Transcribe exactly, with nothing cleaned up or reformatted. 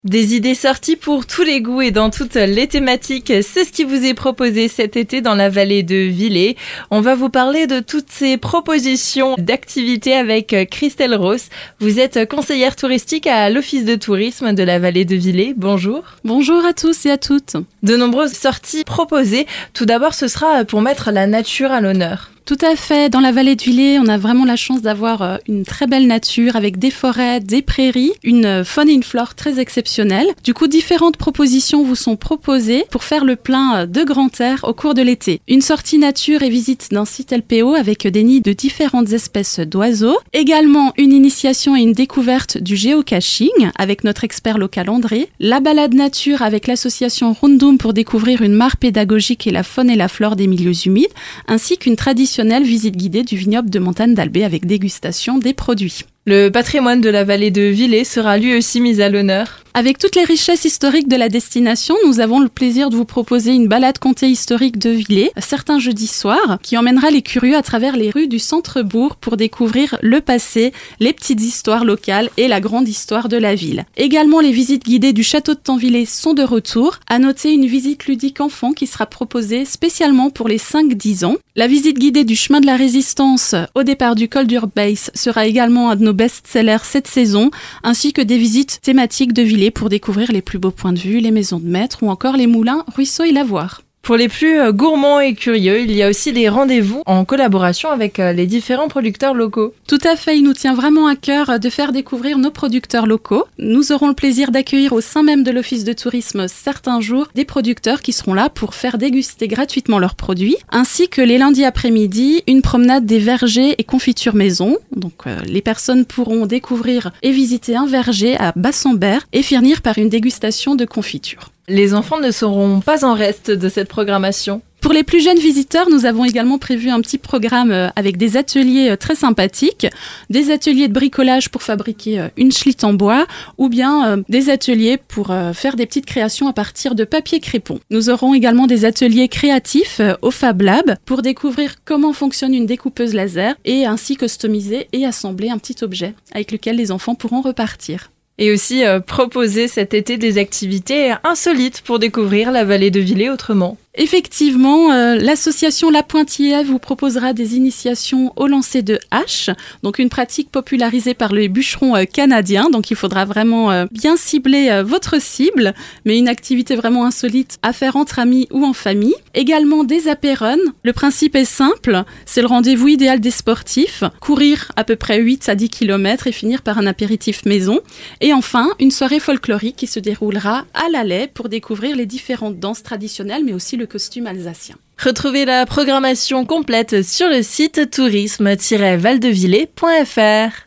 Des idées sorties pour tous les goûts et dans toutes les thématiques, c'est ce qui vous est proposé cet été dans la vallée de Villers. On va vous parler de toutes ces propositions d'activités avec Christelle Ross. Vous êtes conseillère touristique à l'Office de tourisme de la vallée de Villers. Bonjour. Bonjour à tous et à toutes. De nombreuses sorties proposées. Tout d'abord, ce sera pour mettre la nature à l'honneur. Tout à fait. Dans la vallée de Villers, on a vraiment la chance d'avoir une très belle nature avec des forêts, des prairies, une faune et une flore très exceptionnelles. Du coup, différentes propositions vous sont proposées pour faire le plein de grand air au cours de l'été. Une sortie nature et visite d'un site L P O avec des nids de différentes espèces d'oiseaux. Également, une initiation et une découverte du géocaching avec notre expert local André. La balade nature avec l'association Rundum pour découvrir une mare pédagogique et la faune et la flore des milieux humides, ainsi qu'une tradition visite guidée du vignoble de Montagne d'Albé avec dégustation des produits. Le patrimoine de la vallée de Villers sera lui aussi mis à l'honneur. Avec toutes les richesses historiques de la destination, nous avons le plaisir de vous proposer une balade comté historique de Villers, certains jeudis soirs, qui emmènera les curieux à travers les rues du centre-bourg pour découvrir le passé, les petites histoires locales et la grande histoire de la ville. Également, les visites guidées du château de Tanvillers sont de retour. À noter une visite ludique enfant qui sera proposée spécialement pour les cinq dix ans. La visite guidée du chemin de la Résistance au départ du col d'Urbeis sera également un de nos best-sellers cette saison, ainsi que des visites thématiques de Villers pour découvrir les plus beaux points de vue, les maisons de maître ou encore les moulins, ruisseaux et lavoirs. Pour les plus gourmands et curieux, il y a aussi des rendez-vous en collaboration avec les différents producteurs locaux. Tout à fait, il nous tient vraiment à cœur de faire découvrir nos producteurs locaux. Nous aurons le plaisir d'accueillir au sein même de l'Office de tourisme certains jours des producteurs qui seront là pour faire déguster gratuitement leurs produits, ainsi que les lundis après-midi, une promenade des vergers et confitures maison. Donc euh, les personnes pourront découvrir et visiter un verger à Bassambert et finir par une dégustation de confitures. Les enfants ne seront pas en reste de cette programmation. Pour les plus jeunes visiteurs, nous avons également prévu un petit programme avec des ateliers très sympathiques, des ateliers de bricolage pour fabriquer une schlite en bois ou bien des ateliers pour faire des petites créations à partir de papier crépon. Nous aurons également des ateliers créatifs au Fab Lab pour découvrir comment fonctionne une découpeuse laser et ainsi customiser et assembler un petit objet avec lequel les enfants pourront repartir. Et aussi euh, proposer cet été des activités insolites pour découvrir la vallée de Villers autrement. Effectivement, euh, l'association La Pointillée vous proposera des initiations au lancer de hache, donc une pratique popularisée par les bûcherons euh, canadiens, donc il faudra vraiment euh, bien cibler euh, votre cible, mais une activité vraiment insolite à faire entre amis ou en famille. Également des apéruns, le principe est simple, c'est le rendez-vous idéal des sportifs, courir à peu près huit à dix kilomètres et finir par un apéritif maison. Et enfin, une soirée folklorique qui se déroulera à l'Allais pour découvrir les différentes danses traditionnelles, mais aussi le costume alsacien. Retrouvez la programmation complète sur le site tourisme tiret val de villers point f r.